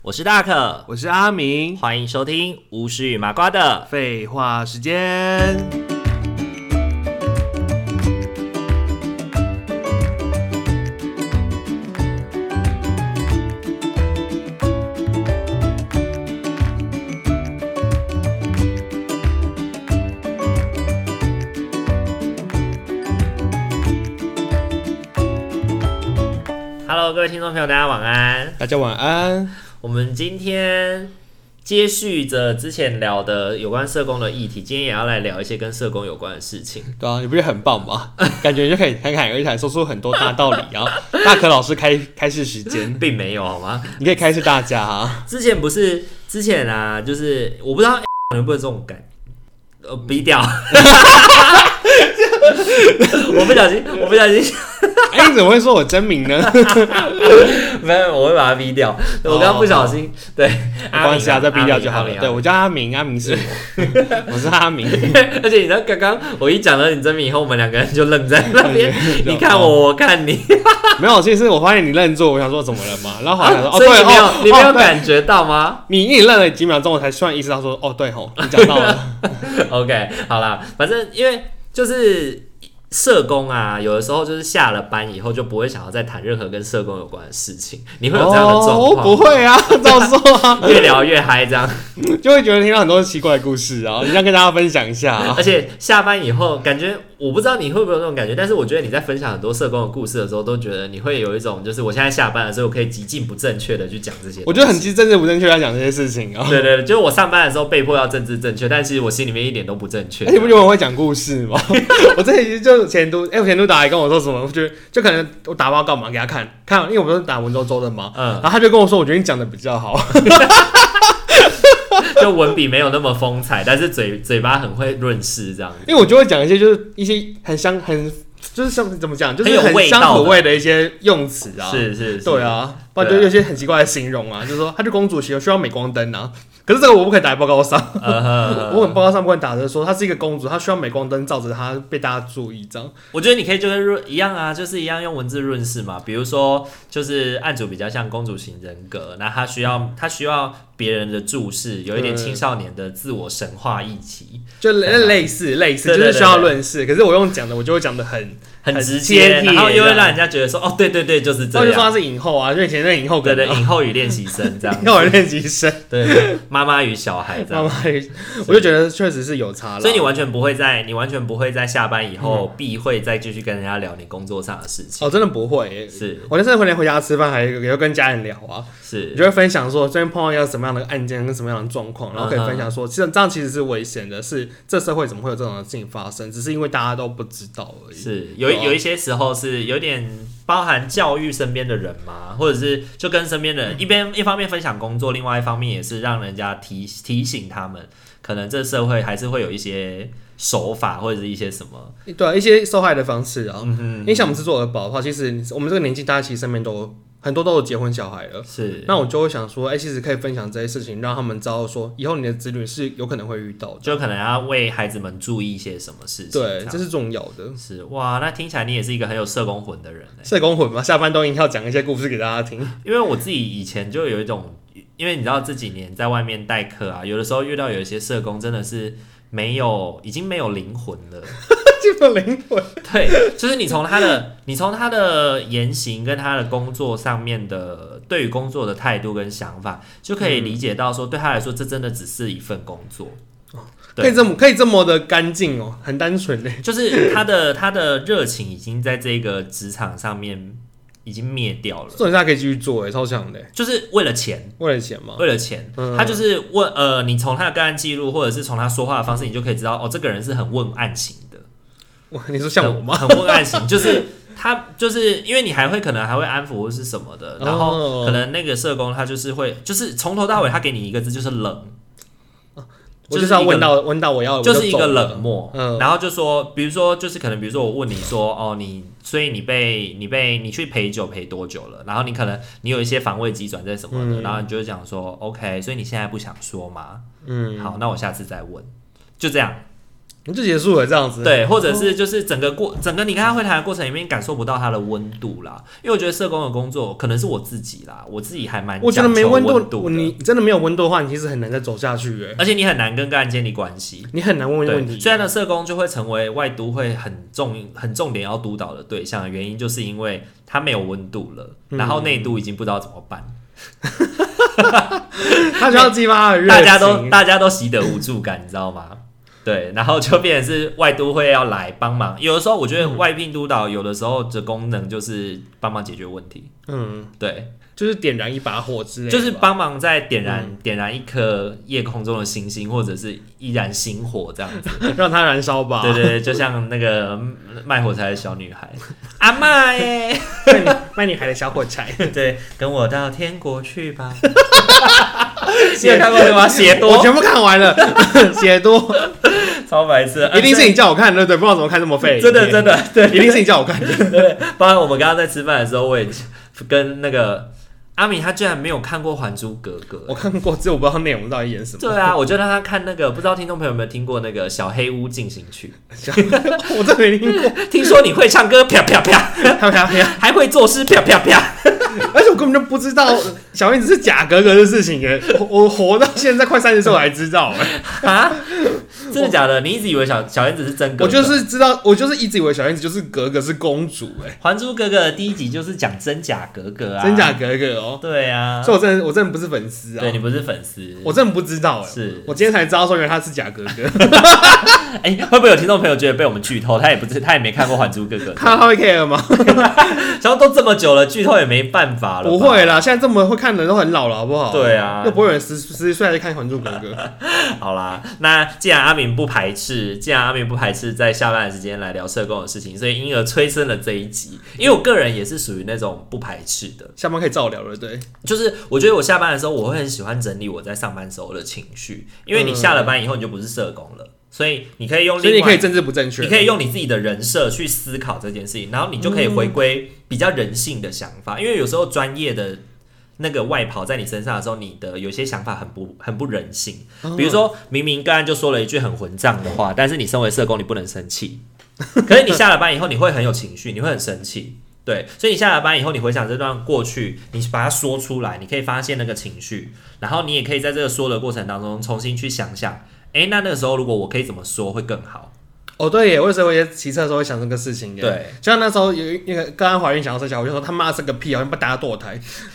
我是大可， 我是阿明， 欢迎收听巫师与麻瓜的废话时间。 Hello， 各位听众朋友，大家晚安。 大家晚安。 我们今天接续着之前聊的有关社工的议题，今天也要来聊一些跟社工有关的事情。 对啊，你不是很棒吗？感觉你就可以侃侃而谈，说出很多大道理啊。大可老师开示时间， 并没有好吗？ 你可以开示大家啊。 之前啊，就是我不知道能不能这种感，逼掉。我不小心。 哎，你怎么会说我真名呢？ 没有，我会把它逼掉。我刚刚不小心，对， 没关系啊，再逼掉就好了。对，我叫阿明，阿明是我，我是阿明。 而且你知道，刚刚我一讲了你真名以后，我们两个人就愣在那边，你看我，我看你。 没有，其实我发现你愣住，我想说怎么了嘛？然后后来想说， 所以你没有感觉到吗？ 你愣了几秒钟，我才突然意识到说，哦，对吼，你讲到了。 OK， 好啦，反正因为就是社工啊，有的时候就是下了班以后就不会想要再谈任何跟社工有关的事情。你会有这样的状况？ 不会啊，照说啊， 越聊越嗨，这样就会觉得听到很多奇怪的故事啊，一定要跟大家分享一下啊。 而且下班以后，感觉我不知道你会不会有那种感觉，但是我觉得你在分享很多社工的故事的时候，都觉得你会有一种就是我现在下班了，所以我可以极尽不正确的去讲这些。 我觉得很政治不正确在讲这些事情啊。 对对对，就是我上班的时候被迫要政治正确，但其实我心里面一点都不正确。 你不觉得我会讲故事吗？我这里就前督打来跟我说什么，我觉得就可能我打报告嘛给他看，因为我不是打文绉绉的嘛，然后他就跟我说，我觉得你讲的比较好。 就文笔没有那么风采，但是嘴巴很会润饰这样子。 因为我就会讲一些就是一些就是像怎么讲，就是很香口味的一些用词啊。 是， 对啊，不然就有些很奇怪的形容啊，就是说他就公主需要镁光灯啊。可是这个我不可以打在报告上，我很报告上不能打着说她是一个公主，她需要镁光灯照着她被大家注意这样。 我觉得你可以就跟一样啊，就是一样用文字润饰嘛。比如说，就是案主比较像公主型人格，那他需要别人的注视，有一点青少年的自我神话议题， 就类似，就是需要论饰。可是我用讲的，我就会讲的很直接，然后又会让人家觉得说，哦，对，就是这样。 就说他是影后啊，就以前那影后梗， 对，影后与练习生这样。 影后与练习生， 对，妈妈与小孩这样。 我就觉得确实是有差了。 所以你完全不会在下班以后避讳再继续跟人家聊你工作上的事情。 哦，真的不会。 是我那时候回家吃饭，也会跟家人聊啊。 是， 就会分享说最近碰到一个什么样的案件跟什么样的状况，然后可以分享说，这样其实是危险的，是这社会怎么会有这种的事情发生，只是因为大家都不知道而已。 是有一些时候是有点包含教育身边的人嘛，或者是就跟身边的人一方面分享工作，另外一方面也是让人家提醒他们，可能这社会还是会有一些手法或者是一些什么， 对啊，一些受害的方式啊。因为像我们是做儿保的话，其实我们这个年纪，大家其实身边很多都有结婚小孩了， 是。 那我就会想说，其实可以分享这些事情，让他们知道说，以后你的子女是有可能会遇到的， 就可能要为孩子们注意一些什么事情。 对，这是重要的。 是哇，那听起来你也是一个很有社工魂的人。 社工魂嘛，下班都应该要讲一些故事给大家听。 因为我自己以前就有一种，因为你知道这几年在外面代课啊，有的时候遇到有一些社工真的是已经没有灵魂了。 这个灵魂， 对，就是你从他的言行跟他的工作上面的对于工作的态度跟想法，就可以理解到说，对他来说，这真的只是一份工作。 可以这么的干净哦，很单纯嘞。 就是他的热情已经在这个职场上面已经灭掉了。 做人家可以继续做，超强的。 就是为了钱， 为了钱嘛， 为了钱。他就是问你从他的个案记录，或者是从他说话的方式，你就可以知道，哦，这个人是很问案型的。 你说像我吗？ 很问案型，就是他就是因为你可能还会安抚或是什么的，然后可能那个社工他就是会，就是从头到尾他给你一个字就是冷。 我就是要问到我要， 就是一个冷漠，然后就说，比如说我问你说，哦，所以你去陪酒陪多久了？然后你有一些防卫机转在什么的，然后你就会讲说 ，OK， 所以你现在不想说吗？好，那我下次再问，就这样。 就结束了这样子。 对，或者是就是整个你跟他会谈的过程里面感受不到他的温度啦，因为我觉得社工的工作可能是我自己啦，我自己还蛮我觉得没温度的， 你真的没有温度的话，你其实很难再走下去而且你很难跟个案建立关系， 你很难问问题。 虽然呢，社工就会成为外都会很重点要督导的对象的原因，就是因为他没有温度了，然后内都已经不知道怎么办。 他需要激发他的热情， 大家都习得无助感，你知道吗？对，然后就变成是外都会要来帮忙。有的时候我觉得外聘督导有的时候的功能就是帮忙解决问题。对， 就是点燃一把火之类的， 就是帮忙在点燃一颗夜空中的星星，或者是一燃星火这样子， 让它燃烧吧。 对对对，就像那个卖火柴的小女孩，阿嬷耶， 卖女孩的小火柴， 对，跟我到天国去吧。你有看过吗？血多， 我全部看完了，血多。 超白痴， 一定是你叫我看的，对，不知道怎么看这么废， 真的，对， 一定是你叫我看的， 对。包括我们刚刚在吃饭的时候，我也跟那个阿米，他居然没有看过《还珠格格》， 我看过，只是我不知道内容到底演什么。 对啊，我就让他看那个，不知道听众朋友有没有听过那个《小黑屋进行曲》？ 我真没听过。 听说你会唱歌，啪啪啪， 啪啪啪， 还会作诗，啪啪啪。 而且我根本就不知道小燕子是假格格的事情耶，我活到现在快30岁我才知道啊！真的假的？你一直以为小燕子是真格格？ 我就是知道，我就是一直以为小燕子就是格格是公主哎。 还珠格格的第1集就是讲真假格格啊， 真假格格哦。 对啊， 所以我真的不是粉丝啊。 对，你不是粉丝， 我真的不知道哎。 是我今天才知道说原来他是假格格。 哎，会不会有听众朋友觉得被我们剧透？他也没看过还珠格格， 他会 care 吗？ 然后都这么久了，剧透也没办法了。 不会啦，现在这么会看的人都很老了，好不好？ 对啊， 又不会有人10岁还在看还珠格格。 好啦，那既然阿明不排斥在下班的时间来聊社工的事情，所以因而催生了这一集。因为我个人也是属于那种不排斥的， 下班可以照聊了，对。 就是我觉得我下班的时候，我会很喜欢整理我在上班时候的情绪，因为你下了班以后你就不是社工了。所以你可以用， 所以你可以政治不正确， 你可以用你自己的人设去思考这件事情，然后你就可以回归比较人性的想法。因为有时候专业的那个外袍在你身上的时候，你的有些想法很不人性。比如说，明明刚才就说了一句很混账的话，但是你身为社工，你不能生气。可是你下了班以后，你会很有情绪，你会很生气。对，所以你下了班以后，你回想这段过去，你把它说出来，你可以发现那个情绪，然后你也可以在这个说的过程当中重新去想想。那个时候如果我可以怎么说会更好？ 哦，对耶，我有时候也骑车的时候会想这个事情耶。 对， 就像那时候有那个刚刚怀孕想要生小孩，我就说他妈生个屁，好像把大家堕胎。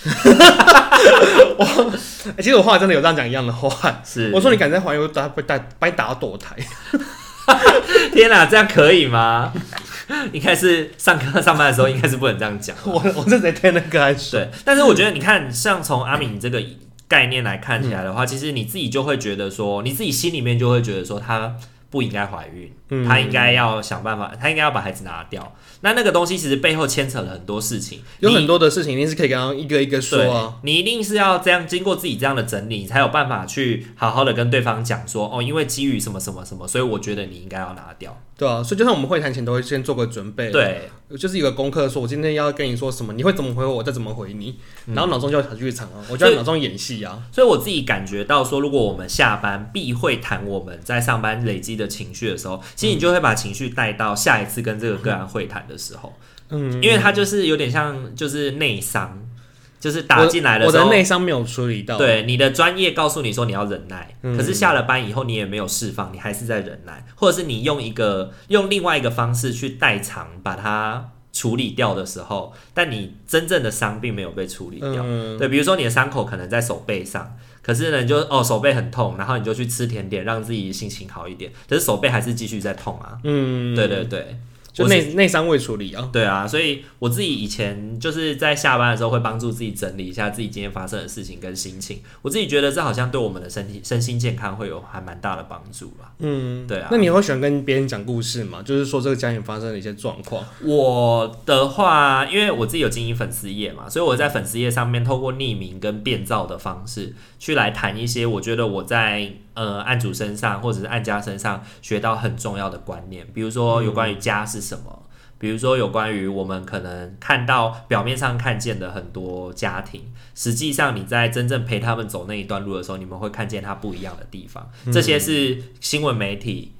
其实我后来真的有这样讲一样的话， 是我说你敢再怀孕，我把你打到堕胎。 天哪，这样可以吗？应该是上班的时候应该是不能这样讲。 我这才对那个来说。 对，但是我觉得你看，像从阿敏这个概念来看起来的话，其实你自己就会觉得说，你自己心里面就会觉得说，她不应该怀孕，她应该要想办法，她应该要把孩子拿掉。那个东西其实背后牵扯了很多事情， 有很多的事情一定是可以跟他一个一个说啊。 你一定是要这样经过自己这样的整理，你才有办法去好好的跟对方讲说，因为基于什么什么什么，所以我觉得你应该要拿掉。 对啊，所以就像我们会谈前都会先做个准备， 对， 就是一个功课，说我今天要跟你说什么，你会怎么回我，再怎么回你，然后脑中就有小剧场啊，我就在脑中演戏啊。 所以我自己感觉到说，如果我们下班必会谈我们在上班累积的情绪的时候，其实你就会把情绪带到下一次跟这个个案会谈的时候，因为它就是有点像就是内伤。就是打进来的时候， 我的内伤没有处理到。 对，你的专业告诉你说你要忍耐，可是下了班以后你也没有释放，你还是在忍耐，或者是你用另外一个方式去代偿把它处理掉的时候，但你真正的伤并没有被处理掉。对，比如说你的伤口可能在手背上，可是呢你就手背很痛，然后你就去吃甜点让自己心情好一点，可是手背还是继续在痛啊。对对对。 就内伤未处理啊， 对啊，所以我自己以前就是在下班的时候会帮助自己整理一下自己今天发生的事情跟心情，我自己觉得这好像对我们的身心健康会有还蛮大的帮助啦。对啊。 那你会喜欢跟别人讲故事吗？就是说这个家庭发生的一些状况。 我的话，因为我自己有经营粉丝页嘛，所以我在粉丝页上面透过匿名跟变造的方式去来谈一些我觉得我在案主身上或者是案家身上学到很重要的观念，比如说有关于家是什么，比如说有关于我们可能看到表面上看见的很多家庭，实际上你在真正陪他们走那一段路的时候，你们会看见他不一样的地方。这些是新闻媒体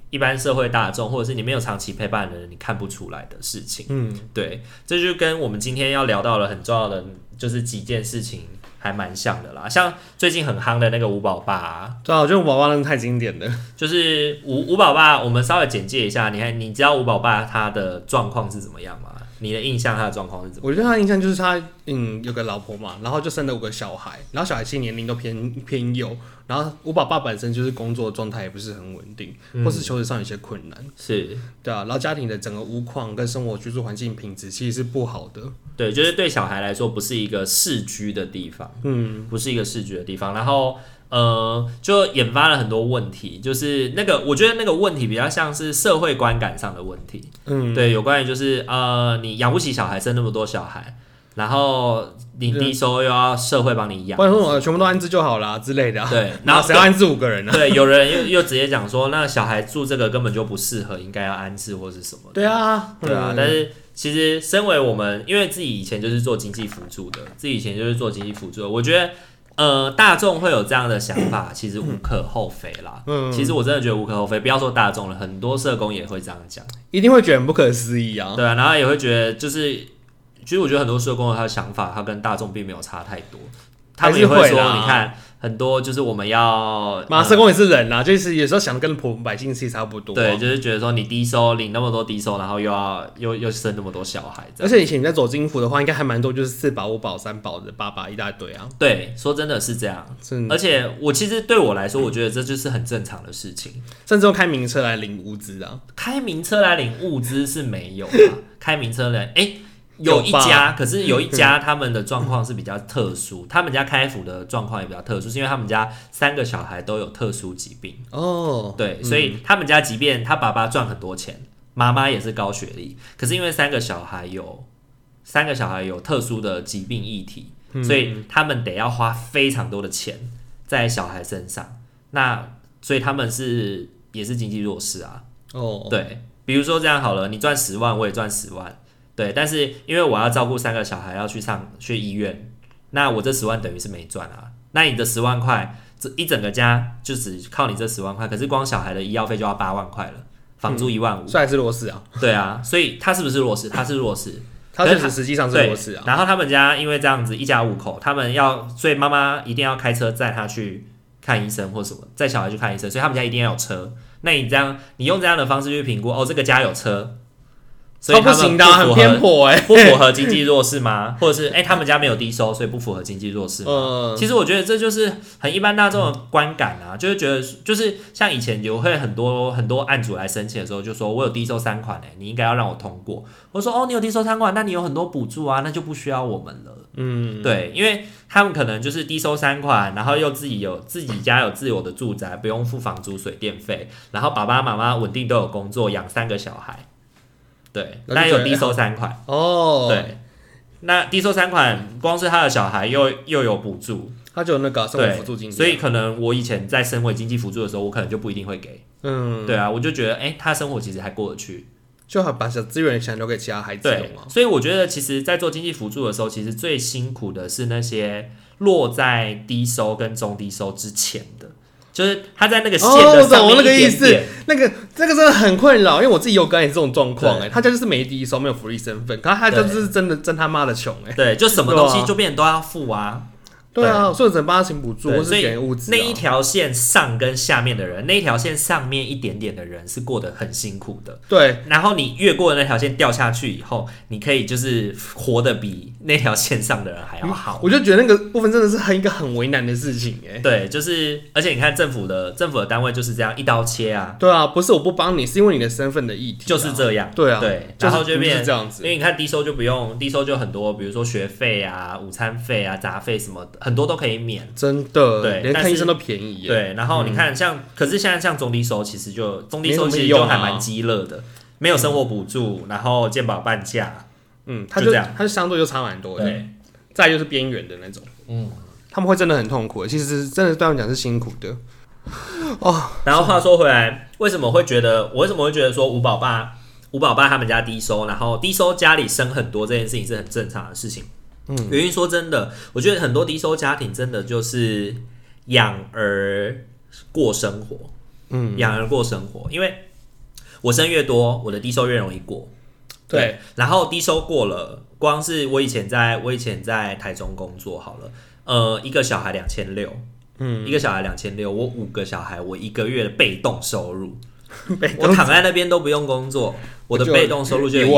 一般社会大众或者是你没有长期陪伴的人，你看不出来的事情。对，这就跟我们今天要聊到的很重要的就是几件事情还蛮像的啦。像最近很夯的那个五宝爸对啊，我觉得五宝爸那个太经典了。 就是五宝爸，我们稍微简介一下。你知道五宝爸他的状况是怎么样吗？你的印象他的状况是怎么样？ 我觉得他的印象就是他有个老婆嘛，然后就生了5个小孩，然后小孩其实年龄都偏幼，然后五宝爸本身就是工作状态也不是很稳定，或是求职上有些困难， 是， 对啊，然后家庭的整个屋况跟生活居住环境品质其实是不好的， 对，就是对小孩来说不是一个适居的地方，不是一个适居的地方，然后就引发了很多问题，就是我觉得那个问题比较像是社会观感上的问题，对，有关于就是你养不起小孩，生那么多小孩，然后你低收又要社会帮你养， 不然说我全部都安置就好啦之类的啊， 对，然后谁要安置5个人啊？ 对，有人又直接讲说，那小孩住这个根本就不适合，应该要安置或是什么的， 对啊， 但是其实身为我们，因为自己以前就是做经济辅助的，我觉得。大众会有这样的想法，其实无可厚非啦。其实我真的觉得无可厚非，不要说大众了，很多社工也会这样讲， 一定会觉得很不可思议啊。 对啊，然后也会觉得其实我觉得很多社工他的想法，他跟大众并没有差太多。他们也会说，你看很多就是我们要， 社工也是人啦，就是有时候想的跟普通百姓其实差不多。 对，就是觉得说你低收领那么多低收，然后又生那么多小孩， 而且以前你在走经辅的话，应该还蛮多就是4宝、5宝、3宝的爸爸一大堆啊。 对，说真的是这样，而且其实对我来说，我觉得这就是很正常的事情， 甚至用开名车来领物资啊。 开名车来领物资是没有啊，开名车来有一家，可是有一家他们的状况是比较特殊，他们家开府的状况也比较特殊，是因为他们家3个小孩都有特殊疾病对，所以他们家即便他爸爸赚很多钱，妈妈也是高学历，可是因为3个小孩有特殊的疾病议题，所以他们得要花非常多的钱在小孩身上，所以他们也是经济弱势啊。对，比如说这样好了，你赚10万，我也赚10万。对，但是因为我要照顾3个小孩，要去医院，那我这10万等于是没赚啊。那你的10万块，这一整个家就只靠你这10万块，可是光小孩的医药费就要8万块了，房租1万5， 所以还是弱势啊。 对啊，所以他是不是弱势？他是弱势， 他实际上是弱势啊。 然后他们家因为这样子，一家5口，所以妈妈一定要开车载他去看医生或什么，载小孩去看医生，所以他们家一定要有车。那你用这样的方式去评估，这个家有车。所以他们不行的，很偏颇不符合经济弱势吗？或者是他们家没有低收，所以不符合经济弱势吗？其实我觉得这就是很一般大众的观感啊，就会觉得就是像以前有会很多案主来申请的时候，就说我有低收3款你应该要让我通过。我说你有低收3款，那你有很多补助啊，那就不需要我们了。对，因为他们可能就是低收3款，然后又自己家有自有的住宅，不用付房租水电费，然后爸爸妈妈稳定都有工作，养3个小孩。对，那有低收3款对，那低收3款，光是他的小孩又有补助， 他就有那个生活辅助金， 所以可能我以前在身为经济辅助的时候，我可能就不一定会给。对啊，我就觉得他生活其实还过得去， 就把小资源想留给其他孩子用嘛。 所以我觉得其实，在做经济辅助的时候，其实最辛苦的是那些落在低收跟中低收之前的。就是他在那个线的上面一点点， 那个意思，那个真的很困扰，因为我自己有感觉这种状况，他家就是没低收，没有福利身份，可是他就是真他妈的穷对，就什么东西就变成都要付啊。 对啊，所以只能帮他请补助，或是给物资。 那一条线上跟下面的人，那一条线上面一点点的人是过得很辛苦的。 对， 然后你越过那条线掉下去以后，你可以就是活得比那条线上的人还要好。 我就觉得那个部分真的是一个很为难的事情对，就是而且你看政府的单位就是这样一刀切啊。 对啊，不是我不帮你，是因为你的身份的议题就是这样。 对啊， 对，然后就变这样子。 因为你看低收就不用，低收就很多，比如说学费啊、午餐费啊、杂费什么的。很多都可以免， 真的， 对， 连看医生都便宜耶。 对，然后你看可是现在像中低收，其实中低收其实就还蛮鸡肋的，没有生活补助，然后健保半价， 它就这样，它就相对就差蛮多的。对，再就是边缘的那种，他们会真的很痛苦，其实真的对他们讲是辛苦的。 然后话说回来，我为什么会觉得说五宝爸他们家低收，然后低收家里生很多这件事情是很正常的事情。原因说真的，我觉得很多低收家庭真的就是养儿过生活，因为我生越多，我的低收越容易过。对，然后低收过了，光是我以前在台中工作好了，一个小孩2600，一个小孩2600，我5个小孩，我1个月的被动收入，我躺在那边都不用工作，我的被动收入就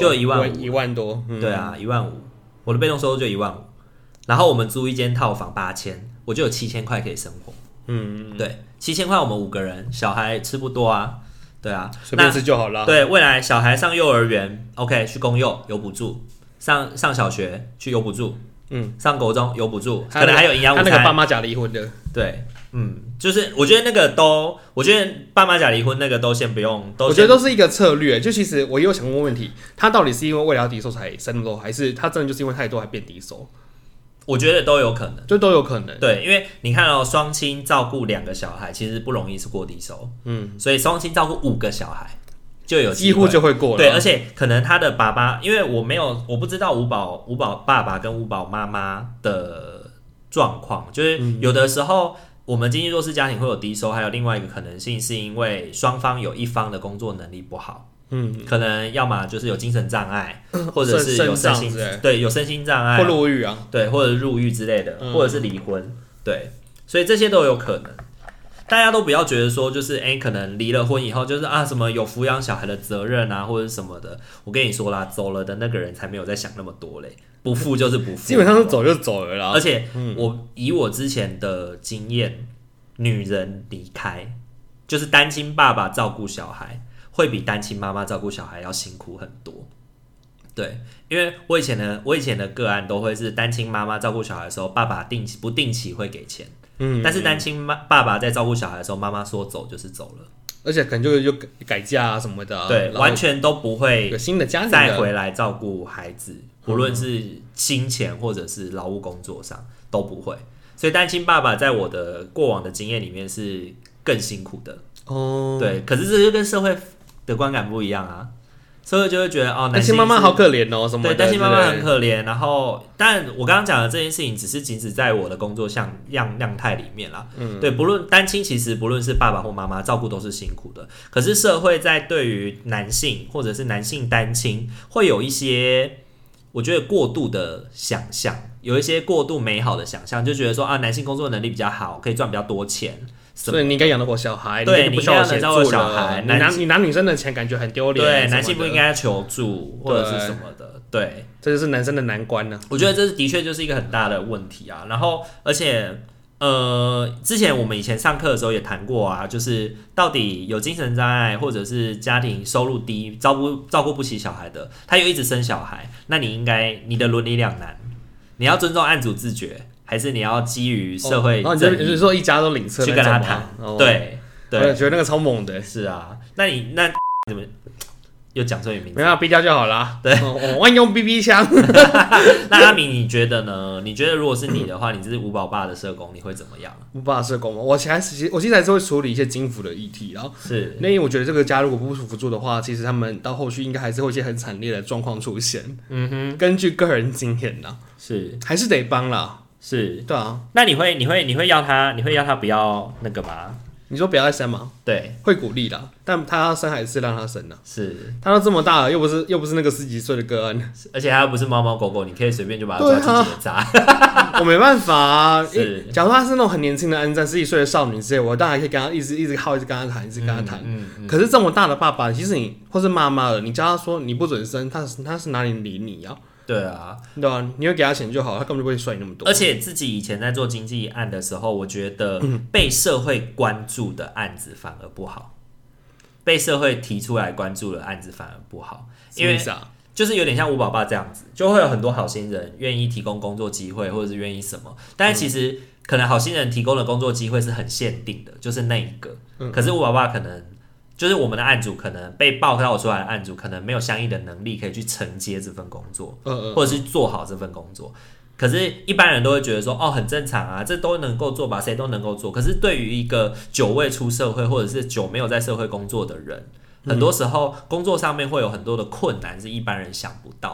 1 万多， 对啊，15000，我的被动收入就15000，然后我们租一间套房8000，我就有7000块可以生活。对，7000块我们5个人，小孩吃不多啊。对啊， 随便吃就好了。 对，未来小孩上幼儿园 ，OK， 去公幼有补助，上小学去有补助，上国中有补助，可能还有营养午餐。 他那个爸妈假离婚的， 对，就是我觉得那个我觉得爸妈假离婚那个都先不用， 我觉得都是一个策略。就其实我也有想过问题，他到底是因为为了要低收才生那么多，还是他真的就是因为太多还变低收？ 我觉得都有可能， 就都有可能。 对，因为你看哦，双亲照顾2个小孩，其实不容易是过低收，所以双亲照顾5个小孩就有机会几乎就会过了。 对，而且可能他的爸爸，因为我不知道五宝爸爸跟五宝妈妈的状况，就是有的时候我们经济弱势家庭会有低收，还有另外一个可能性是因为双方有一方的工作能力不好。可能要么就是有精神障碍，或者是有身心障碍， 或入狱啊， 对，或者入狱之类的，或者是离婚，对，所以这些都有可能。大家都不要觉得说就是可能离了婚以后就是什么有抚养小孩的责任啊，或者是什么的。我跟你说啦，走了的那个人才没有在想那么多嘞，不负就是不负， 基本上是走就走了啦。 而且以我之前的经验，女人离开就是单亲爸爸照顾小孩。会比单亲妈妈照顾小孩要辛苦很多，对，因为我以前的个案都会是单亲妈妈照顾小孩的时候，爸爸不定期会给钱，但是单亲爸爸在照顾小孩的时候，妈妈说走就是走了， 而且可能就改嫁什么的， 对，完全都不会有新的家庭再回来照顾孩子，不论是金钱或者是劳务工作上都不会，所以单亲爸爸在我的过往的经验里面是更辛苦的对，可是这就跟社会的观感不一样啊，所以就会觉得单亲妈妈好可怜哦，什么的， 对，单亲妈妈很可怜。然后，但我刚刚讲的这件事情，只是仅止在我的工作样态里面啦。对，不论单亲，其实不论是爸爸或妈妈，照顾都是辛苦的。可是社会在对于男性或者是男性单亲，会有一些我觉得过度的想象，有一些过度美好的想象，就觉得说男性工作能力比较好，可以赚比较多钱。 所以你应该养得活小孩， 对， 你不需要协助小孩， 你拿女生的钱感觉很丢脸， 对，男性不应该求助或者是什么的，对， 这就是男生的难关呢。 我觉得这的确就是一个很大的问题啊。然后，而且之前我们以前上课的时候也谈过啊，就是到底有精神障碍或者是家庭收入低、照顾不起小孩的，他又一直生小孩，那你的伦理两难，你要尊重案主自觉。还是你要基于社会正义， 你是说一家都领车去跟他谈？对， 我觉得那个超猛的。 是啊，那怎么又讲错你名字？ 没有，逼掉就好啦。 对， 万用 BB 枪。 那阿明，你觉得呢？你觉得如果是你的话，你是五宝爸的社工，你会怎么样？ 五宝爸的社工吗？我现在还是会处理一些经辅的议题，然后是， 因为我觉得这个家如果不辅助的话，其实他们到后续应该还是会有一些很惨烈的状况出现。根据个人经验啦， 是还是得帮啦。是，对啊。 那你会要他不要那个吗？ 你说不要再生吗？ 对， 会鼓励啦，但他要生还是让他生呢？ 是， 他都这么大了，又不是那个10几岁的个案， 而且他又不是猫猫狗狗，你可以随便就把他抓去结扎。 我没办法啊。假如他是那种很年轻的安战，10几岁的少女之类，我当然可以跟他一直跟他谈，一直跟他谈。可是这么大的爸爸，其实你或是妈妈了，你叫他说你不准生，他是哪里理你啊？ 对啊， 对啊，你会给他钱就好，他根本就不会算你那么多。 而且自己以前在做经济案的时候，我觉得被社会关注的案子反而不好，被社会提出来关注的案子反而不好，因为就是有点像五宝爸这样子，就会有很多好心人愿意提供工作机会，或者是愿意什么，但是其实可能好心人提供的工作机会是很限定的，就是那一个。可是五宝爸可能就是我们的案主，可能被报告出来的案主，可能没有相应的能力可以去承接这份工作，或者是做好这份工作。可是，一般人都会觉得说，很正常啊，这都能够做吧，谁都能够做。可是，对于一个久未出社会，或者是久没有在社会工作的人，很多时候工作上面会有很多的困难，是一般人想不到的。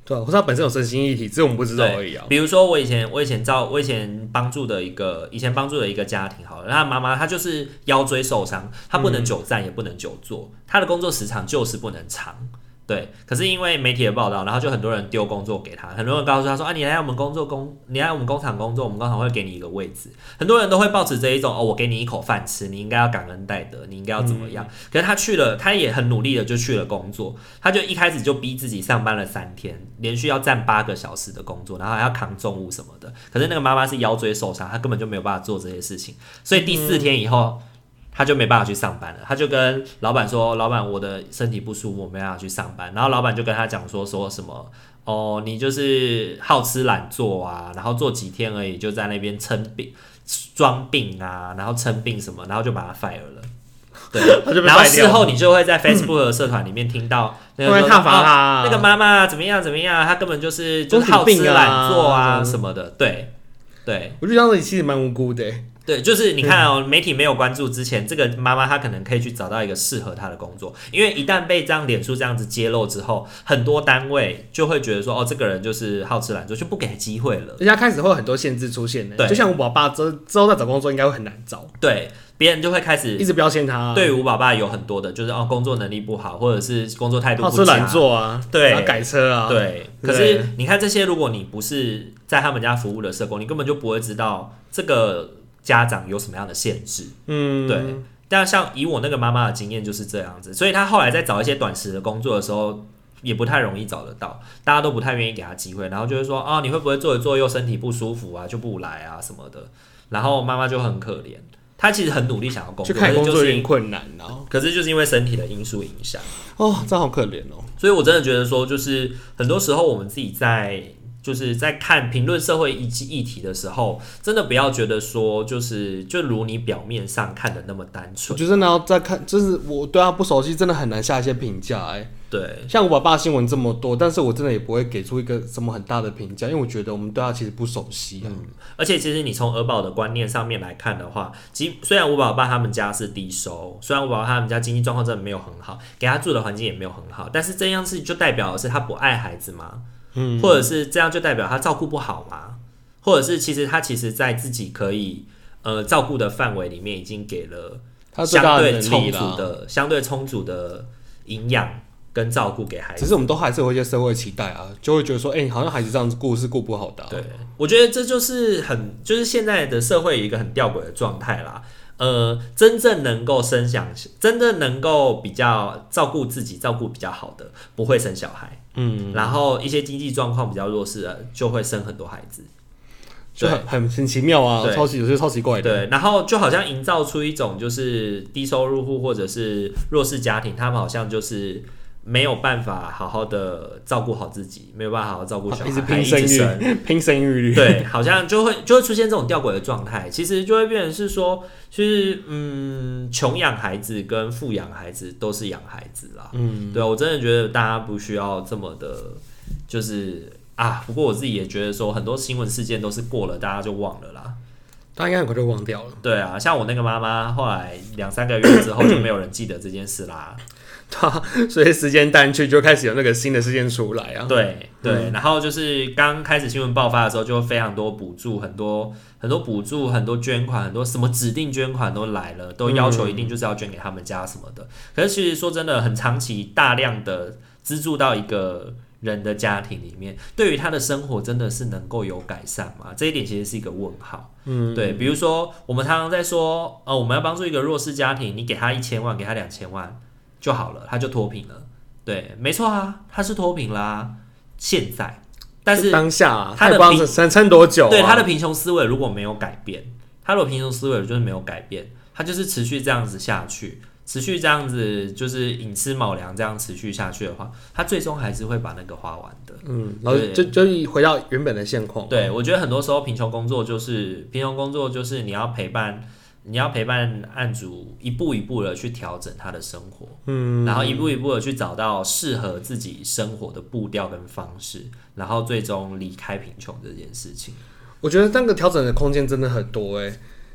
对啊，或者他本身有身心议题，只是我们不知道而已啊。 比如说我以前帮助的一个家庭好了，他妈妈她就是腰椎受伤，她不能久站也不能久坐，她的工作时长就是不能长。对，可是因为媒体的报道，然后就很多人丢工作给他，很多人告诉他说你来我们工厂工作，我们工厂会给你一个位置。很多人都会抱持这一种我给你一口饭吃，你应该要感恩戴德，你应该要怎么样？可是他去了，他也很努力的就去了工作，他就一开始就逼自己上班了3天，连续要站8个小时的工作，然后还要扛重物什么的。可是那个妈妈是腰椎受伤，她根本就没有办法做这些事情，所以第4天以后。他就没办法去上班了，他就跟老板说：“老板，我的身体不舒服，我没办法去上班。”然后老板就跟他讲说什么你就是好吃懒做啊，然后做几天而已，就在那边装病啊，然后称病什么，然后就把他 fire 了。对，然后事后你就会在 Facebook 的社团里面听到那个挞伐他那个妈妈怎么样，他根本就是好吃懒做啊什么的。对， 我觉得这样子其实蛮无辜的。 对，就是你看媒体没有关注之前，这个妈妈她可能可以去找到一个适合她的工作，因为一旦被这样脸书这样子揭露之后，很多单位就会觉得说，这个人就是好吃懒做，就不给机会了。 人家开始会有很多限制出现的，就像吴宝爸之后再找工作应该会很难找。 对，别人就会开始一直标签他。 对吴宝爸有很多的，就是工作能力不好，或者是工作态度不佳， 好吃懒做啊， 对， 改车啊， 对。可是你看这些，如果你不是在他们家服务的社工，你根本就不会知道这个家长有什么样的限制。对。但像以我那个妈妈的经验就是这样子，所以她后来在找一些短时的工作的时候，也不太容易找得到，大家都不太愿意给她机会，然后就会说你会不会做一做又身体不舒服啊，就不来啊什么的，然后妈妈就很可怜。他其实很努力想要工作， 去看工作有点困难， 可是就是因为身体的因素影响。 真好可怜哦。 所以我真的觉得说，就是很多时候我们自己就是在看评论社会议题的时候，真的不要觉得说就如你表面上看的那么单纯。 我觉得真的要再看，就是我对他不熟悉，真的很难下一些评价。 对， 像我爸新闻这么多，但是我真的也不会给出一个什么很大的评价，因为我觉得我们对他其实不熟悉。 而且其实你从儿保的观念上面来看的话，虽然吴宝爸他们家是低收，虽然吴宝爸他们家经济状况真的没有很好，给他住的环境也没有很好，但是这样事就代表的是他不爱孩子吗？或者是这样就代表他照顾不好吗？或者是他其实在自己可以照顾的范围里面，已经给了相对充足的营养跟照顾给孩子。 只是我们都还是有一些社会期待啊，就会觉得说，好像孩子这样子顾是顾不好的。 对，我觉得这就是现在的社会有一个很吊诡的状态啦。真正能够真正能够比较照顾自己、照顾比较好的，不会生小孩。然后一些经济状况比较弱势的，就会生很多孩子， 就很奇妙啊，有些超奇怪的。 对，然后就好像营造出一种就是低收入户或者是弱势家庭，他们好像就是没有办法好好的照顾好自己，没有办法好好照顾小孩， 一直拼生育率， 对，好像就会出现这种吊诡的状态。其实就会变成是说，就是穷养孩子跟富养孩子都是养孩子啦。对，我真的觉得大家不需要这么的，就是不过我自己也觉得说，很多新闻事件都是过了，大家就忘了啦。 大家应该很快就忘掉了。 对啊，像我那个妈妈，后来2-3个月之后就没有人记得这件事啦。 所以时间淡去，就开始有那个新的事件出来啊。 对，然后就是刚开始新闻爆发的时候，就非常多补助，很多补助，很多捐款，很多什么指定捐款都来了，都要求一定就是要捐给他们家什么的。可是其实说真的，很长期大量的资助到一个人的家庭里面，对于他的生活真的是能够有改善吗？这一点其实是一个问号。对，比如说我们常常在说，我们要帮助一个弱势家庭，你给他1000万，给他2000万。就好了，他就脱贫了。对，没错啊，他是脱贫啦。现在，但是当下他的撑多久？ 对，他的贫穷思维如果没有改变，他的贫穷思维就是没有改变，他就是持续这样子下去，持续这样子就是寅吃卯粮这样持续下去的话，他最终还是会把那个花完的。 然后就回到原本的现况。 对，我觉得很多时候贫穷工作就是你要陪伴案主一步一步的去调整他的生活，然后一步一步的去找到适合自己生活的步调跟方式，然后最终离开贫穷这件事情。 我觉得那个调整的空间真的很多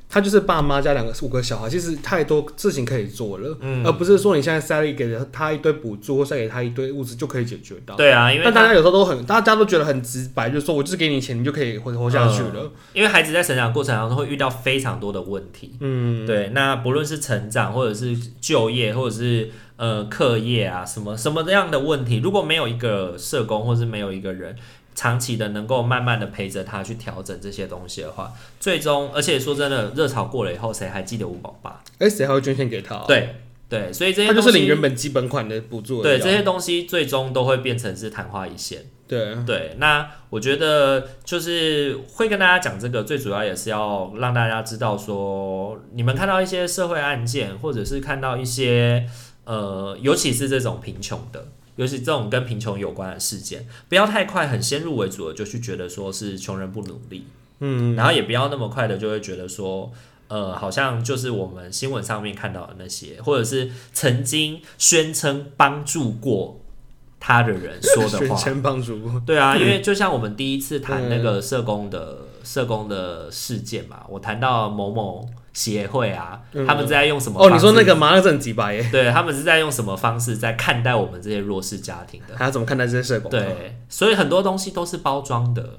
他就是爸妈加5个小孩，其实太多事情可以做了，而不是说你现在塞了给他一堆补助或塞给他一堆物质就可以解决到。 对啊，因为但大家有时候大家都觉得很直白，就是说我就是给你钱，你就可以活下去了。 因为孩子在成长过程当中会遇到非常多的问题，对，那不论是成长或者是就业或者是课业啊什么样的问题，如果没有一个社工或是没有一个人长期的能够慢慢的陪着他去调整这些东西的话，最终，而且说真的，热潮过了以后，谁还记得5宝爸？ 谁还会捐钱给他？ 对，所以这些他就是领原本基本款的补助。 对，这些东西最终都会变成是昙花一现。 对， 那我觉得就是会跟大家讲这个，最主要也是要让大家知道说，你们看到一些社会案件，或者是看到一些尤其是这种贫穷的。尤其这种跟贫穷有关的事件，不要太快很先入为主的就去觉得说是穷人不努力，然后也不要那么快的就会觉得说，好像就是我们新闻上面看到的那些，或者是曾经宣称帮助过他的人说的话， 宣称帮助过， 对啊，因为就像我们第一次谈那个社工的事件嘛，我谈到某某协会啊，他们在用什么方式？ 你说那个吗？那很鸡掰耶。 对，他们是在用什么方式在看待我们这些弱势家庭的？ 还要怎么看待这些社工？ 对，所以很多东西都是包装的，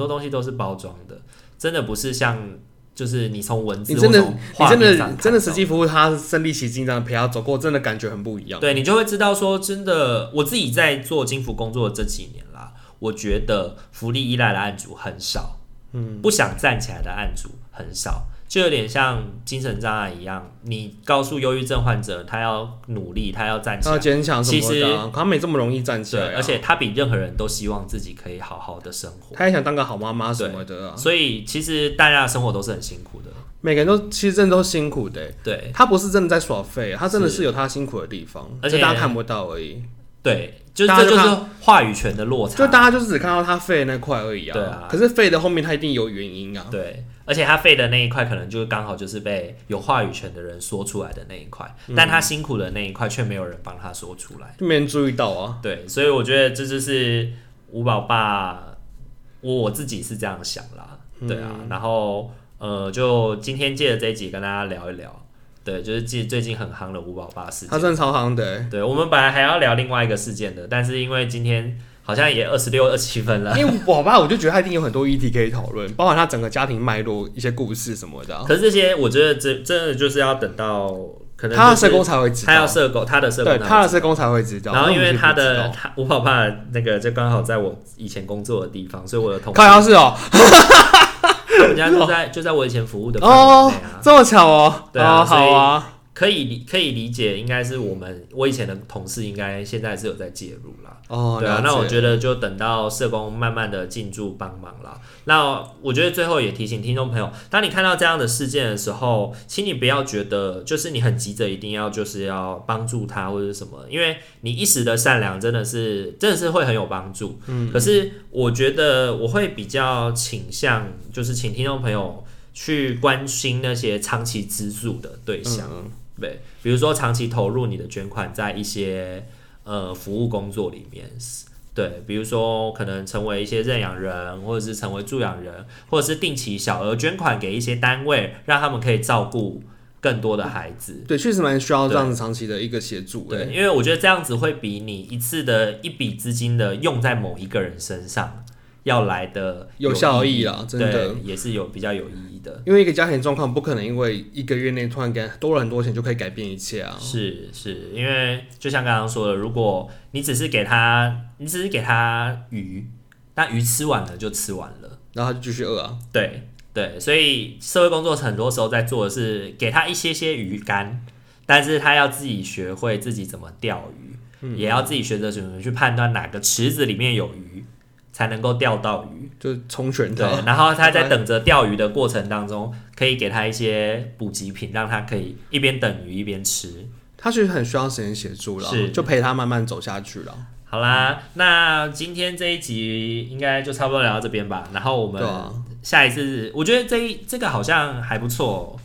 真的不是像就是你从文字，你真的实际服务他身临其境这样陪他走过，真的感觉很不一样。 对，你就会知道说，真的，我自己在做金福工作的这几年啦，我觉得福利依赖的案主很少，不想站起来的案主很少。就有点像精神障碍一样，你告诉忧郁症患者他要努力，他要站起来， 要坚强什么的， 其实他没这么容易站起来， 而且他比任何人都希望自己可以好好的生活， 他也想当个好妈妈什么的， 所以其实大家的生活都是很辛苦的， 每个人都其实真的都辛苦的， 对， 他不是真的在耍废，他真的是有他辛苦的地方，而且大家看不到而已。 对，这就是话语权的落差， 就大家就是只看到他废的那块而已啊。 对啊， 可是废的后面他一定有原因啊。 对，而且他废的那一块可能就刚好就是被有话语权的人说出来的那一块，但他辛苦的那一块却没有人帮他说出来， 就没人注意到啊。 对，所以我觉得这就是5宝爸，我自己是这样想啦。对啊，然后就今天借着这一集跟大家聊一聊。对，就是最近很夯的5宝爸事件， 他真的超夯的。 对，我们本来还要聊另外一个事件的，但是因为今天好像也26、27分了。 因为5宝爸，我就觉得他一定有很多议题可以讨论，包含他整个家庭脉络、一些故事什么的。 可是这些，我觉得真的就是要等到可能他的社工才会知道， 他的社工才会知道。 然后因为他5宝爸那个就刚好在我以前工作的地方，所以我的同事靠腰是哦。 他们家就在我以前服务的范围内啊， 这么巧哦， 对啊， 好啊， 可以理解，应该是我以前的同事应该现在是有在介入啦，对啊，那我觉得就等到社工慢慢的进驻帮忙啦。那我觉得最后也提醒听众朋友，当你看到这样的事件的时候，请你不要觉得就是你很急着一定要就是要帮助他或者是什么，因为你一时的善良真的是会很有帮助。可是我觉得我会比较倾向就是请听众朋友去关心那些长期资助的对象，对，比如说长期投入你的捐款在一些服务工作里面。对，比如说可能成为一些认养人，或者是成为助养人，或者是定期小额捐款给一些单位，让他们可以照顾更多的孩子。 对，确实蛮需要这样子长期的一个协助。 对，因为我觉得这样子会比你一次的一笔资金的用在某一个人身上要来的有效益啦，真的也是比较有意义的。 因为一个家庭状况不可能因为1个月内突然给多了很多钱就可以改变一切啊。 是，因为就像刚刚说的，如果你只是给他鱼，那鱼吃完了就吃完了， 然后他就继续饿啊。 对，所以社会工作很多时候在做的是给他一些鱼竿，但是他要自己学会自己怎么钓鱼，也要自己学着怎么去判断哪个池子里面有鱼。才能够钓到鱼， 就是冲选它。 对，然后他在等着钓鱼的过程当中，可以给他一些补给品，让他可以一边等鱼一边吃。 他其实很需要时间协助了，就陪他慢慢走下去了。 好啦，那今天这一集应该就差不多聊到这边吧。然后我们下一次，我觉得这个好像还不错，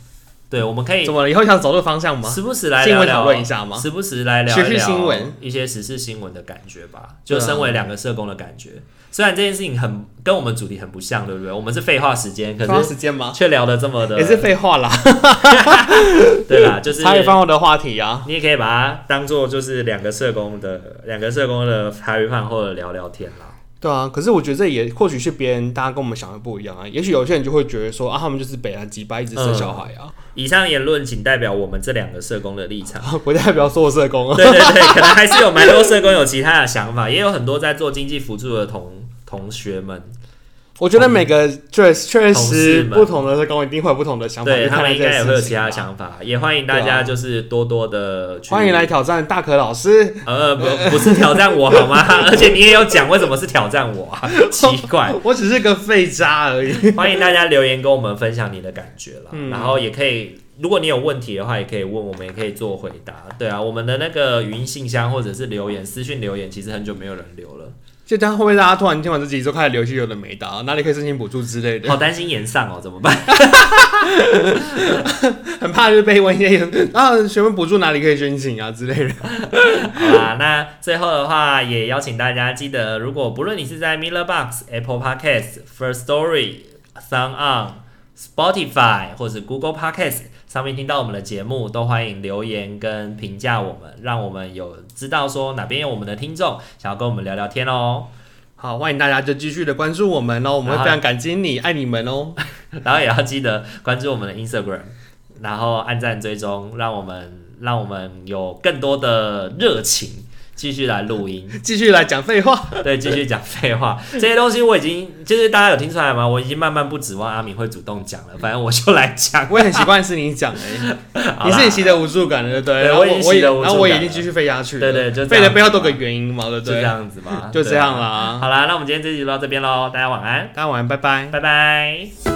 对，我们可以怎么了？以后想走这个方向吗？ 时不时来新闻讨论一下吗？ 时不时来聊时事新闻， 一些时事新闻的感觉吧。就身为2个社工的感觉，虽然这件事情跟我们主题很不像，对不对？我们是废话时间，可是却聊得这么的， 也是废话啦。 对啦，就是茶余饭后的话题啊， 你也可以把它当做就是2个社工的茶余饭后的聊聊天啦。 对啊，可是我觉得这也或许是别人大家跟我们想的不一样啊。也许有些人就会觉得说啊，他们就是北兰鸡巴一直生小孩啊。 以上言论仅代表我们这2个社工的立场， 不代表所有社工。 对对对，可能还是有蛮多社工有其他的想法，也有很多在做经济辅助的同学们。 我觉得每个确实不同的社工一定会有不同的想法， 对他们应该也会有其他的想法，也欢迎大家就是多多的欢迎来挑战大可老师。 不是挑战我好吗？而且你也有讲为什么是挑战我啊？奇怪， 我只是个废渣而已。 欢迎大家留言跟我们分享你的感觉啦，然后也可以。如果你有问题的话，也可以问我们，也可以做回答。对啊，我们的那个语音信箱或者是留言、私讯留言，其实很久没有人留了。 就当会不会大家突然听完这集之后开始留一些有的没的，哪里可以申请补助之类的？ 好担心延上哦，怎么办？ 很怕就是被问一些学问补助哪里可以申请啊之类的。 好啦，那最后的话也邀请大家记得，如果不论你是在 Miller Box、Apple Podcast、First Story、Sound On、Spotify 或是 Google Podcast 上面听到我们的节目，都欢迎留言跟评价我们，让我们有知道说哪边有我们的听众想要跟我们聊聊天哦。 好，欢迎大家就继续的关注我们哦，我们会非常感激你，爱你们哦。 然后也要记得关注我们的 Instagram， 然后按赞追踪，让我们有更多的热情。继续来录音， 继续来讲废话。 对，继续讲废话。这些东西我已经，就是大家有听出来吗？我已经慢慢不指望阿敏会主动讲了，反正我就来讲。 我也很习惯是你讲你是你习得无助感的，对。 我已经习得无助感了， 然后我已经继续废下去了。 对，就废的背后多个原因嘛，对不对？ 就这样子吧， 就这样啦。 好啦，那我们今天这集就到这边喽，大家晚安。 大家晚安，拜拜， 拜拜。